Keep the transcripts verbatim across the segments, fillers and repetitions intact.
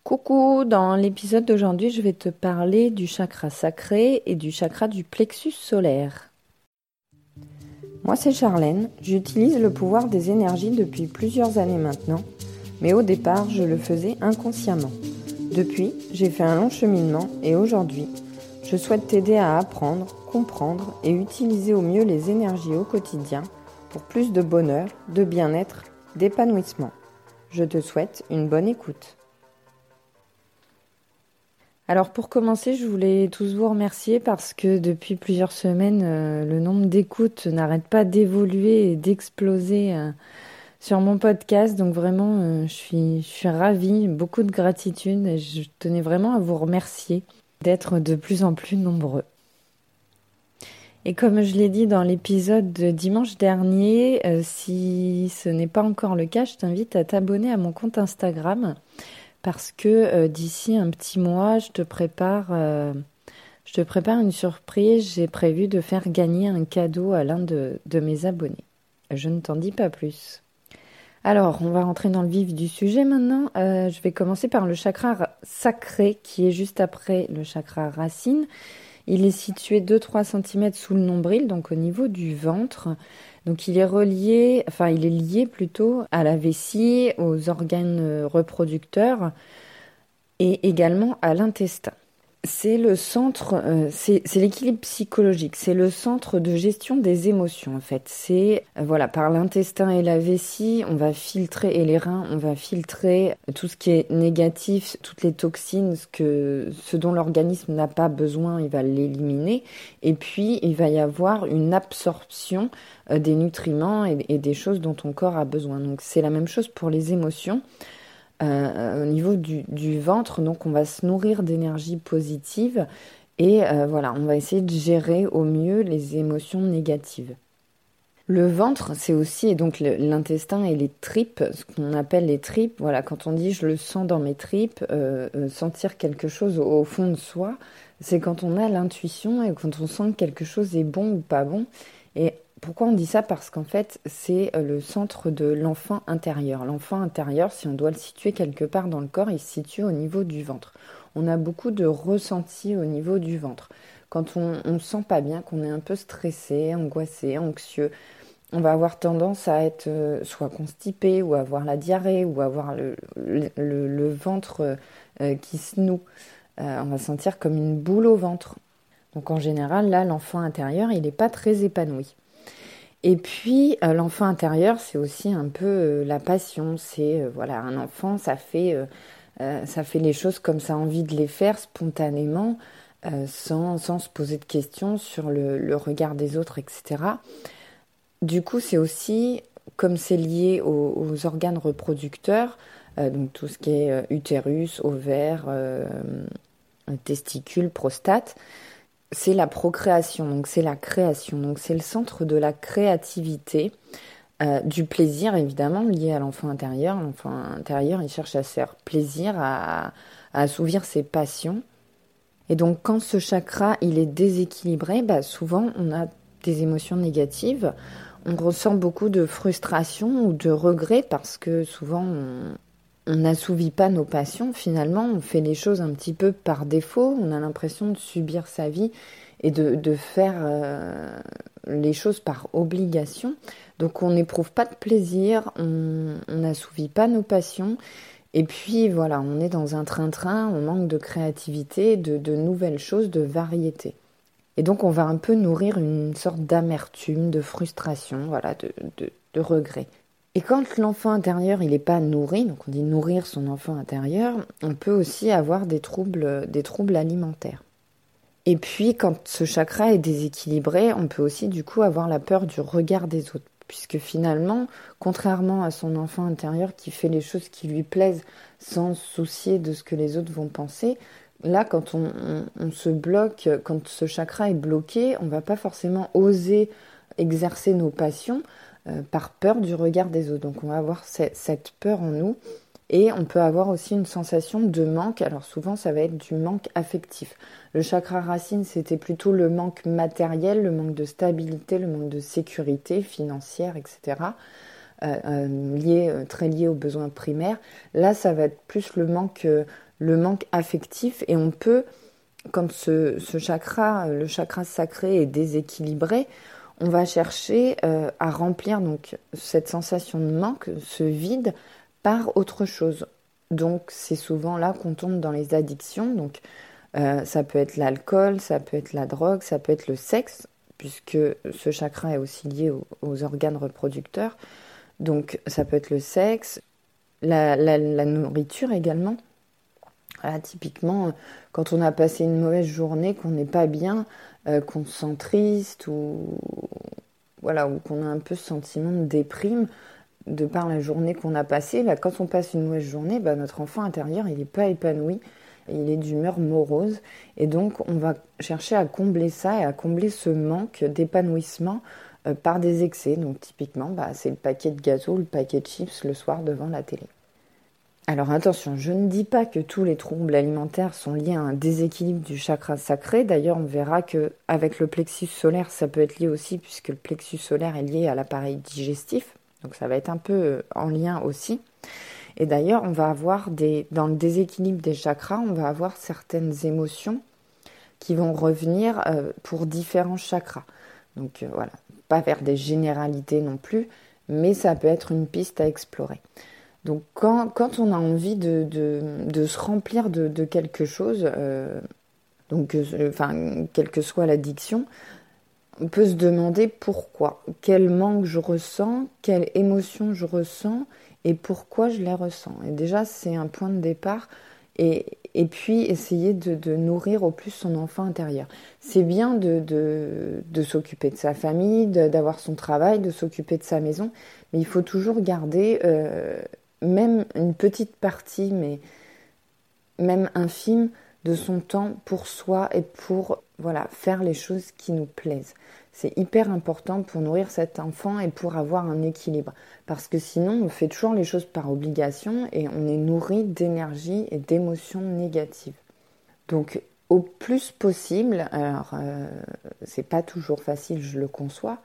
Coucou, dans l'épisode d'aujourd'hui, je vais te parler du chakra sacré et du chakra du plexus solaire. Moi, c'est Charlène, j'utilise le pouvoir des énergies depuis plusieurs années maintenant, mais au départ, je le faisais inconsciemment. Depuis, j'ai fait un long cheminement et aujourd'hui, je souhaite t'aider à apprendre, comprendre et utiliser au mieux les énergies au quotidien pour plus de bonheur, de bien-être, d'épanouissement. Je te souhaite une bonne écoute. Alors pour commencer, je voulais tous vous remercier parce que depuis plusieurs semaines, euh, le nombre d'écoutes n'arrête pas d'évoluer et d'exploser euh, sur mon podcast. Donc vraiment, euh, je suis, je suis ravie, beaucoup de gratitude et je tenais vraiment à vous remercier d'être de plus en plus nombreux. Et comme je l'ai dit dans l'épisode de dimanche dernier, euh, si ce n'est pas encore le cas, je t'invite à t'abonner à mon compte Instagram. Parce que euh, d'ici un petit mois, je te prépare, euh, je te prépare une surprise. J'ai prévu de faire gagner un cadeau à l'un de, de mes abonnés. Je ne t'en dis pas plus. Alors, on va rentrer dans le vif du sujet maintenant. Euh, je vais commencer par le chakra sacré qui est juste après le chakra racine. Il est situé deux à trois centimètres sous le nombril, donc au niveau du ventre. Donc il est relié, enfin il est lié plutôt à la vessie, aux organes reproducteurs et également à l'intestin. C'est le centre, euh, c'est, c'est l'équilibre psychologique, c'est le centre de gestion des émotions en fait. C'est, euh, voilà, par l'intestin et la vessie, on va filtrer, et les reins, on va filtrer tout ce qui est négatif, toutes les toxines, ce, que, ce dont l'organisme n'a pas besoin, il va l'éliminer. Et puis, il va y avoir une absorption euh, des nutriments et, et des choses dont ton corps a besoin. Donc c'est la même chose pour les émotions. Euh, au niveau du, du ventre, donc on va se nourrir d'énergie positive et euh, voilà, on va essayer de gérer au mieux les émotions négatives. Le ventre, c'est aussi, et donc le, l'intestin et les tripes, ce qu'on appelle les tripes, voilà, quand on dit je le sens dans mes tripes, euh, euh, sentir quelque chose au, au fond de soi, c'est quand on a l'intuition et quand on sent que quelque chose est bon ou pas bon. Et pourquoi on dit ça? Parce qu'en fait, c'est le centre de l'enfant intérieur. L'enfant intérieur, si on doit le situer quelque part dans le corps, il se situe au niveau du ventre. On a beaucoup de ressentis au niveau du ventre. Quand on ne sent pas bien, qu'on est un peu stressé, angoissé, anxieux, on va avoir tendance à être euh, soit constipé ou avoir la diarrhée ou avoir le, le, le, le ventre euh, qui se noue. Euh, on va sentir comme une boule au ventre. Donc en général, là, l'enfant intérieur, il n'est pas très épanoui. Et puis, euh, l'enfant intérieur, c'est aussi un peu euh, la passion. C'est, euh, voilà, un enfant, ça fait, euh, euh, ça fait les choses comme ça a envie de les faire spontanément, euh, sans, sans se poser de questions sur le, le regard des autres, et cetera. Du coup, c'est aussi, comme c'est lié aux, aux organes reproducteurs, euh, donc tout ce qui est euh, utérus, ovaire, euh, testicules, prostate, c'est la procréation, donc c'est la création, donc c'est le centre de la créativité, euh, du plaisir évidemment lié à l'enfant intérieur. L'enfant intérieur, il cherche à se faire plaisir, à, à assouvir ses passions. Et donc quand ce chakra il est déséquilibré, bah, souvent on a des émotions négatives, on ressent beaucoup de frustration ou de regret parce que souvent on on n'assouvit pas nos passions finalement, on fait les choses un petit peu par défaut, on a l'impression de subir sa vie et de, de faire euh, les choses par obligation. Donc on n'éprouve pas de plaisir, on n'assouvit pas nos passions. Et puis voilà, on est dans un train-train, on manque de créativité, de, de nouvelles choses, de variété. Et donc on va un peu nourrir une sorte d'amertume, de frustration, voilà, de, de, de regret. Et quand l'enfant intérieur il n'est pas nourri, donc on dit nourrir son enfant intérieur, on peut aussi avoir des troubles, des troubles alimentaires. Et puis quand ce chakra est déséquilibré, on peut aussi du coup avoir la peur du regard des autres. Puisque finalement, contrairement à son enfant intérieur qui fait les choses qui lui plaisent sans se soucier de ce que les autres vont penser, là quand on, on, on se bloque, quand ce chakra est bloqué, on ne va pas forcément oser exercer nos passions, Euh, par peur du regard des autres. Donc on va avoir ce- cette peur en nous et on peut avoir aussi une sensation de manque. Alors souvent ça va être du manque affectif. Le chakra racine c'était plutôt le manque matériel, le manque de stabilité, le manque de sécurité financière, et cetera. Euh, euh, lié, euh, très lié aux besoins primaires. Là ça va être plus le manque euh, le manque affectif. Et on peut, quand ce, ce chakra, le chakra sacré est déséquilibré, on va chercher euh, à remplir donc cette sensation de manque, ce vide, par autre chose. Donc c'est souvent là qu'on tombe dans les addictions. Donc euh, ça peut être l'alcool, ça peut être la drogue, ça peut être le sexe, puisque ce chakra est aussi lié aux, aux organes reproducteurs. Donc ça peut être le sexe, la, la, la nourriture également. Voilà, typiquement, quand on a passé une mauvaise journée, qu'on n'est pas bien, euh, qu'on se sent triste ou, voilà, ou qu'on a un peu ce sentiment de déprime de par la journée qu'on a passée, bah, quand on passe une mauvaise journée, bah, notre enfant intérieur il n'est pas épanoui, il est d'humeur morose et donc on va chercher à combler ça et à combler ce manque d'épanouissement euh, par des excès. Donc typiquement, bah, c'est le paquet de gâteaux, le paquet de chips le soir devant la télé. Alors attention, je ne dis pas que tous les troubles alimentaires sont liés à un déséquilibre du chakra sacré. D'ailleurs, on verra que avec le plexus solaire, ça peut être lié aussi, puisque le plexus solaire est lié à l'appareil digestif. Donc ça va être un peu en lien aussi. Et d'ailleurs, on va avoir des, dans le déséquilibre des chakras, on va avoir certaines émotions qui vont revenir euh, pour différents chakras. Donc euh, voilà, pas vers des généralités non plus, mais ça peut être une piste à explorer. Donc quand, quand on a envie de, de, de se remplir de, de quelque chose, euh, donc, euh, enfin, quelle que soit l'addiction, on peut se demander pourquoi, quel manque je ressens, quelle émotion je ressens et pourquoi je les ressens. Et déjà, c'est un point de départ. Et, et puis, essayer de, de nourrir au plus son enfant intérieur. C'est bien de, de, de s'occuper de sa famille, de, d'avoir son travail, de s'occuper de sa maison, mais il faut toujours garder... Euh, même une petite partie, mais même infime, de son temps pour soi et pour voilà, faire les choses qui nous plaisent. C'est hyper important pour nourrir cet enfant et pour avoir un équilibre. Parce que sinon, on fait toujours les choses par obligation et on est nourri d'énergie et d'émotions négatives. Donc, au plus possible, alors euh, c'est pas toujours facile, je le conçois,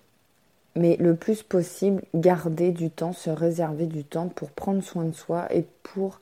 mais le plus possible, garder du temps, se réserver du temps pour prendre soin de soi et pour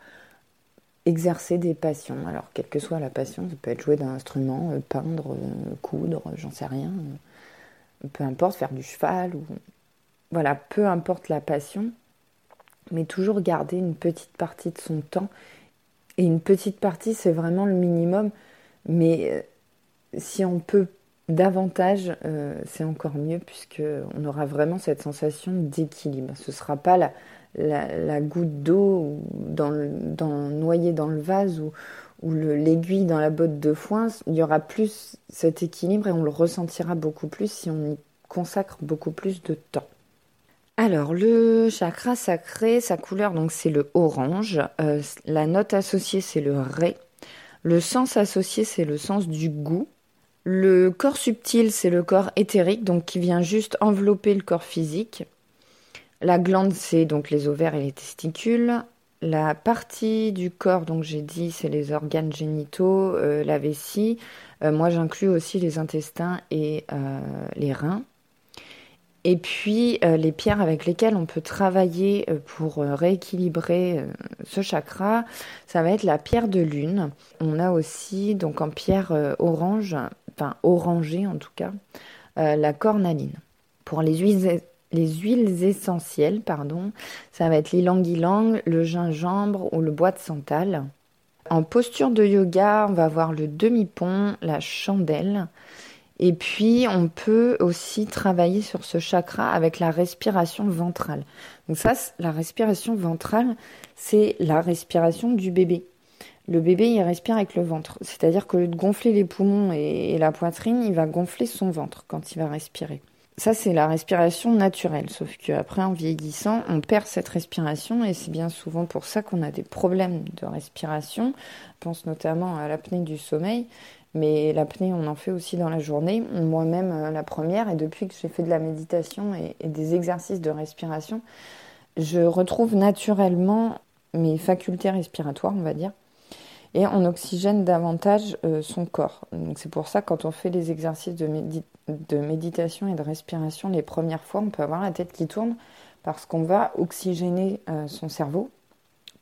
exercer des passions. Alors, quelle que soit la passion, ça peut être jouer d'un instrument, euh, peindre, euh, coudre, j'en sais rien. Euh, peu importe, faire du cheval. Ou... Voilà, peu importe la passion, mais toujours garder une petite partie de son temps. Et une petite partie, c'est vraiment le minimum. Mais euh, si on peut davantage, euh, c'est encore mieux puisqu'on aura vraiment cette sensation d'équilibre. Ce ne sera pas la, la, la goutte d'eau dans le, dans, noyée dans le vase ou, ou le, l'aiguille dans la botte de foin. Il y aura plus cet équilibre et on le ressentira beaucoup plus si on y consacre beaucoup plus de temps. Alors, le chakra sacré, sa couleur, donc c'est le orange. Euh, la note associée, c'est le ré. Le sens associé, c'est le sens du goût. Le corps subtil, c'est le corps éthérique, donc qui vient juste envelopper le corps physique. La glande, c'est donc les ovaires et les testicules. La partie du corps, donc j'ai dit, c'est les organes génitaux, euh, la vessie. Euh, moi, j'inclus aussi les intestins et euh, les reins. Et puis, euh, les pierres avec lesquelles on peut travailler euh, pour euh, rééquilibrer euh, ce chakra, ça va être la pierre de lune. On a aussi, donc en pierre euh, orange, enfin orangée en tout cas, euh, la cornaline. Pour les huiles, les huiles essentielles, pardon, ça va être l'ylang-ylang, le gingembre ou le bois de santal. En posture de yoga, on va avoir le demi-pont, la chandelle. Et puis, on peut aussi travailler sur ce chakra avec la respiration ventrale. Donc ça, la respiration ventrale, c'est la respiration du bébé. Le bébé, il respire avec le ventre. C'est-à-dire qu'au lieu de gonfler les poumons et la poitrine, il va gonfler son ventre quand il va respirer. Ça, c'est la respiration naturelle. Sauf qu'après, en vieillissant, on perd cette respiration et c'est bien souvent pour ça qu'on a des problèmes de respiration. Je pense notamment à l'apnée du sommeil. Mais l'apnée, on en fait aussi dans la journée. Moi-même, euh, la première, et depuis que j'ai fait de la méditation et, et des exercices de respiration, je retrouve naturellement mes facultés respiratoires, on va dire, et on oxygène davantage euh, son corps. Donc c'est pour ça que quand on fait les exercices de, médi- de méditation et de respiration les premières fois, on peut avoir la tête qui tourne parce qu'on va oxygéner euh, son cerveau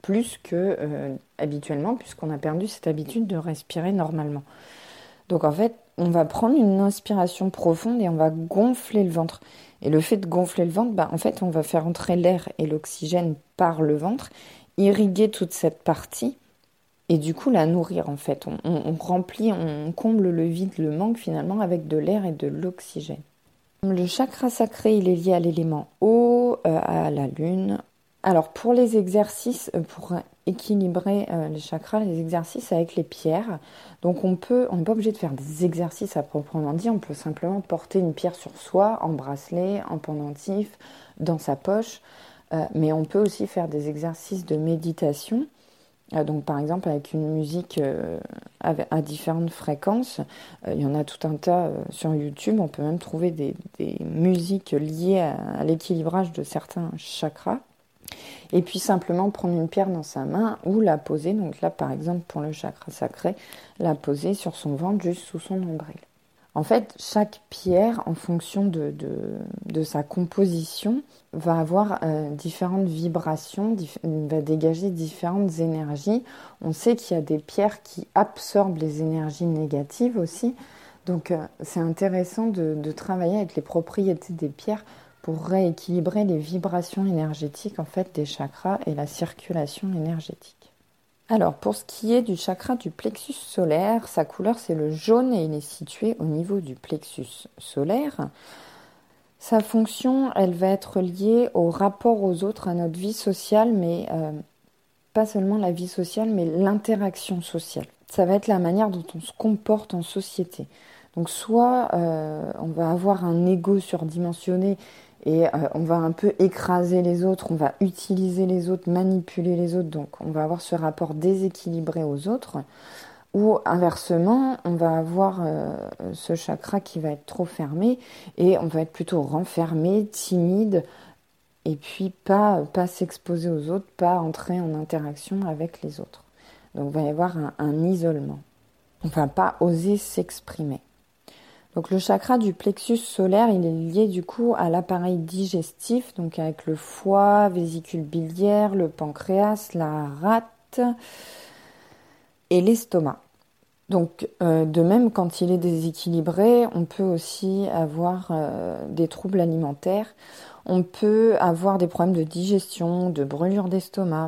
plus que euh, habituellement, puisqu'on a perdu cette habitude de respirer normalement. Donc en fait, on va prendre une inspiration profonde et on va gonfler le ventre. Et le fait de gonfler le ventre, bah, en fait, on va faire entrer l'air et l'oxygène par le ventre, irriguer toute cette partie et du coup la nourrir en fait. On, on- on remplit, on comble le vide, le manque finalement avec de l'air et de l'oxygène. Le chakra sacré, il est lié à l'élément eau, euh, à la lune. Alors pour les exercices, euh, pour équilibrer euh, les chakras, les exercices avec les pierres. Donc on peut, on n'est pas obligé de faire des exercices à proprement dit, on peut simplement porter une pierre sur soi, en bracelet, en pendentif, dans sa poche. Euh, mais on peut aussi faire des exercices de méditation. Euh, donc par exemple avec une musique euh, avec- à différentes fréquences. Euh, il y en a tout un tas euh, sur YouTube. On peut même trouver des, des musiques liées à, à l'équilibrage de certains chakras. Et puis simplement prendre une pierre dans sa main ou la poser. Donc là par exemple pour le chakra sacré, la poser sur son ventre juste sous son nombril. En fait, chaque pierre, en fonction de, de, de sa composition, va avoir euh, différentes vibrations, dif- va dégager différentes énergies. On sait qu'il y a des pierres qui absorbent les énergies négatives aussi. Donc, euh, c'est intéressant de, de travailler avec les propriétés des pierres pour rééquilibrer les vibrations énergétiques en fait des chakras et la circulation énergétique. Alors, pour ce qui est du chakra du plexus solaire, sa couleur c'est le jaune et il est situé au niveau du plexus solaire. Sa fonction, elle va être liée au rapport aux autres, à notre vie sociale, mais euh, pas seulement la vie sociale, mais l'interaction sociale. Ça va être la manière dont on se comporte en société. Donc soit euh, on va avoir un ego surdimensionné et euh, on va un peu écraser les autres, on va utiliser les autres, manipuler les autres, donc on va avoir ce rapport déséquilibré aux autres. Ou inversement, on va avoir euh, ce chakra qui va être trop fermé et on va être plutôt renfermé, timide, et puis pas, pas s'exposer aux autres, pas entrer en interaction avec les autres. Donc il va y avoir un, un isolement. On ne va pas oser s'exprimer. Donc le chakra du plexus solaire, il est lié du coup à l'appareil digestif, donc avec le foie, vésicule biliaire, le pancréas, la rate et l'estomac. Donc euh, de même, quand il est déséquilibré, on peut aussi avoir euh, des troubles alimentaires. On peut avoir des problèmes de digestion, de brûlure d'estomac.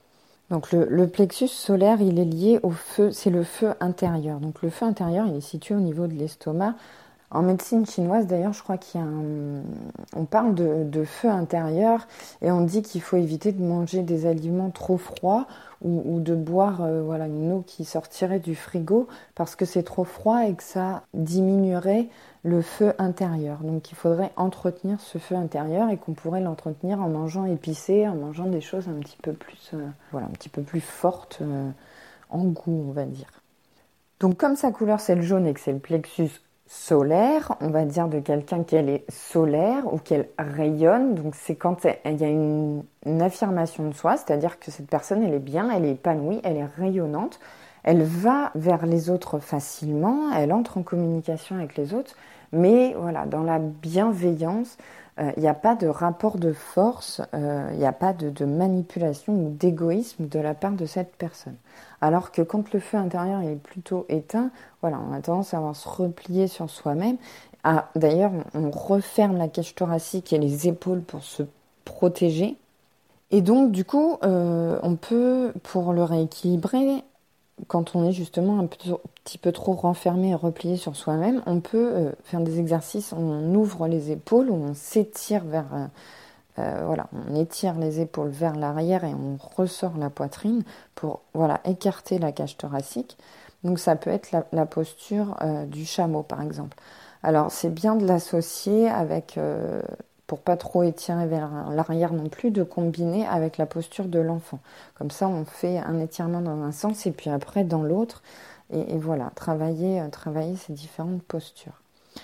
Donc le, le plexus solaire, il est lié au feu, c'est le feu intérieur. Donc le feu intérieur, il est situé au niveau de l'estomac. En médecine chinoise, d'ailleurs, je crois qu'il y a un... On parle de, de feu intérieur et on dit qu'il faut éviter de manger des aliments trop froids ou, ou de boire euh, voilà, une eau qui sortirait du frigo parce que c'est trop froid et que ça diminuerait le feu intérieur. Donc il faudrait entretenir ce feu intérieur et qu'on pourrait l'entretenir en mangeant épicé, en mangeant des choses un petit peu plus, euh, voilà, un petit peu plus fortes euh, en goût, on va dire. Donc comme sa couleur c'est le jaune et que c'est le plexus solaire, on va dire de quelqu'un qu'elle est solaire ou qu'elle rayonne. Donc c'est quand il y a une, une affirmation de soi, c'est-à-dire que cette personne elle est bien, elle est épanouie, elle est rayonnante, elle va vers les autres facilement, elle entre en communication avec les autres, mais voilà, dans la bienveillance, euh, il n'y a pas de rapport de force, euh, il n'y a pas de, de manipulation ou d'égoïsme de la part de cette personne. Alors que quand le feu intérieur est plutôt éteint, voilà, on a tendance à avoir se replier sur soi-même. Ah, d'ailleurs, on referme la cage thoracique et les épaules pour se protéger. Et donc, du coup, euh, on peut, pour le rééquilibrer, quand on est justement un petit peu trop renfermé et replié sur soi-même, on peut euh, faire des exercices, on ouvre les épaules, on s'étire vers... Euh, euh, voilà, on étire les épaules vers l'arrière et on ressort la poitrine pour voilà, écarter la cage thoracique. Donc ça peut être la, la posture euh, du chameau par exemple. Alors c'est bien de l'associer avec, euh, pour pas trop étirer vers l'arrière non plus, de combiner avec la posture de l'enfant. Comme ça on fait un étirement dans un sens et puis après dans l'autre. Et, et voilà, travailler, euh, travailler ces différentes postures.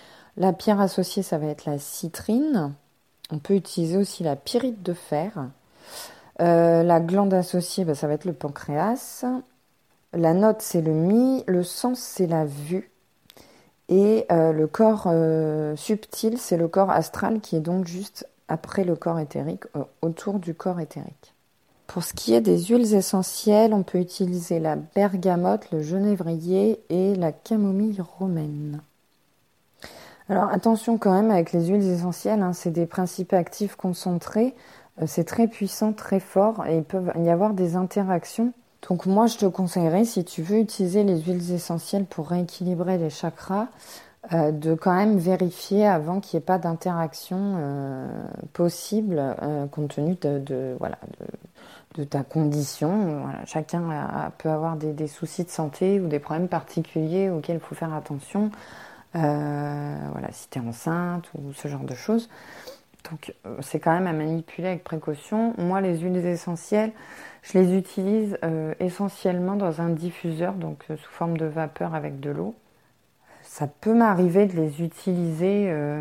La pierre associée, ça va être la citrine. On peut utiliser aussi la pyrite de fer. Euh, la glande associée, bah, ça va être le pancréas. La note, c'est le mi. Le sens, c'est la vue. Et euh, le corps euh, subtil, c'est le corps astral qui est donc juste après le corps éthérique, euh, autour du corps éthérique. Pour ce qui est des huiles essentielles, on peut utiliser la bergamote, le genévrier et la camomille romaine. Alors attention quand même avec les huiles essentielles, hein, c'est des principes actifs concentrés, euh, c'est très puissant, très fort et il peut y avoir des interactions. Donc moi je te conseillerais, si tu veux utiliser les huiles essentielles pour rééquilibrer les chakras, euh, de quand même vérifier avant qu'il n'y ait pas d'interaction euh, possible euh, compte tenu de, de, voilà, de, de ta condition. Voilà, chacun a, peut avoir des, des soucis de santé ou des problèmes particuliers auxquels il faut faire attention. Euh, voilà, si tu es enceinte ou ce genre de choses. Donc euh, c'est quand même à manipuler avec précaution. Moi, les huiles essentielles, je les utilise euh, essentiellement dans un diffuseur, donc euh, sous forme de vapeur avec de l'eau. Ça peut m'arriver de les utiliser euh,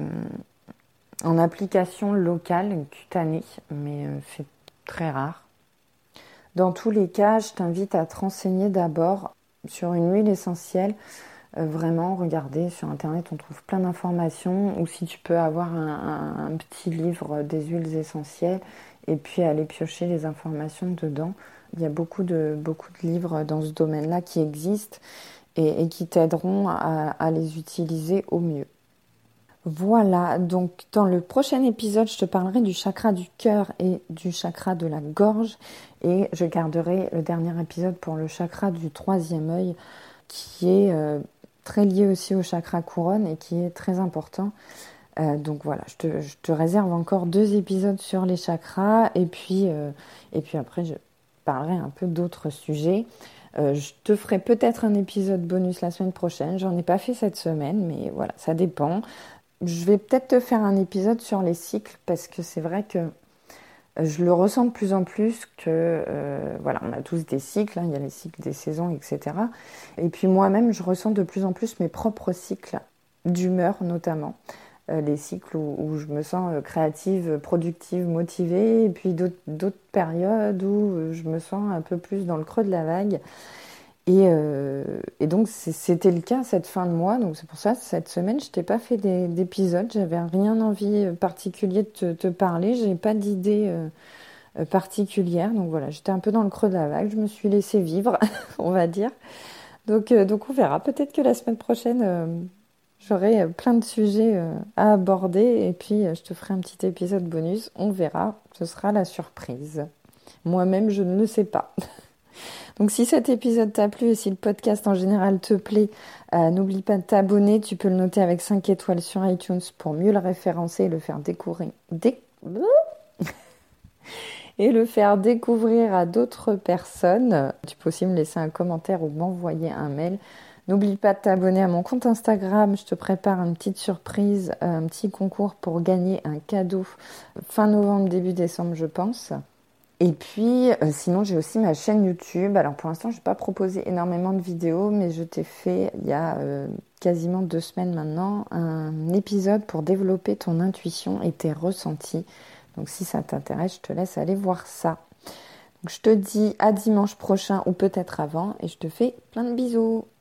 en application locale, cutanée, mais euh, c'est très rare. Dans tous les cas, je t'invite à te renseigner d'abord sur une huile essentielle. Euh, vraiment, regarder sur internet, on trouve plein d'informations, ou si tu peux avoir un, un, un petit livre des huiles essentielles et puis aller piocher les informations dedans. Il y a beaucoup de, beaucoup de livres dans ce domaine-là qui existent et, et qui t'aideront à, à les utiliser au mieux. Voilà, donc dans le prochain épisode, je te parlerai du chakra du cœur et du chakra de la gorge, et je garderai le dernier épisode pour le chakra du troisième œil, qui est euh, très lié aussi au chakra couronne et qui est très important. Euh, donc voilà, je te, je te réserve encore deux épisodes sur les chakras, et puis, euh, et puis après je parlerai un peu d'autres sujets. Euh, je te ferai peut-être un épisode bonus la semaine prochaine, j'en ai pas fait cette semaine, mais voilà, ça dépend. Je vais peut-être te faire un épisode sur les cycles, parce que c'est vrai que je le ressens de plus en plus que, euh, voilà, on a tous des cycles, hein, il y a les cycles des saisons, et cetera. Et puis moi-même, je ressens de plus en plus mes propres cycles d'humeur notamment. Euh, les cycles où, où je me sens créative, productive, motivée, et puis d'autres, d'autres périodes où je me sens un peu plus dans le creux de la vague. Et, euh, et donc c'est, c'était le cas cette fin de mois, donc c'est pour ça cette semaine je t'ai pas fait des, d'épisodes, j'avais rien envie particulier de te, te parler, j'ai pas d'idée euh, particulière, donc voilà, j'étais un peu dans le creux de la vague, je me suis laissée vivre, on va dire. Donc, euh, donc on verra, peut-être que la semaine prochaine euh, j'aurai plein de sujets euh, à aborder, et puis euh, je te ferai un petit épisode bonus, on verra, ce sera la surprise. Moi-même je ne le sais pas. Donc si cet épisode t'a plu et si le podcast en général te plaît, euh, n'oublie pas de t'abonner. Tu peux le noter avec cinq étoiles sur iTunes pour mieux le référencer et le faire découvrir, dé... et le faire découvrir à d'autres personnes. Tu peux aussi me laisser un commentaire ou m'envoyer un mail. N'oublie pas de t'abonner à mon compte Instagram. Je te prépare une petite surprise, un petit concours pour gagner un cadeau fin novembre, début décembre, je pense. Et puis, euh, sinon, j'ai aussi ma chaîne YouTube. Alors, pour l'instant, je n'ai pas proposé énormément de vidéos, mais je t'ai fait, il y a euh, quasiment deux semaines maintenant, un épisode pour développer ton intuition et tes ressentis. Donc, si ça t'intéresse, je te laisse aller voir ça. Donc, je te dis à dimanche prochain ou peut-être avant, et je te fais plein de bisous.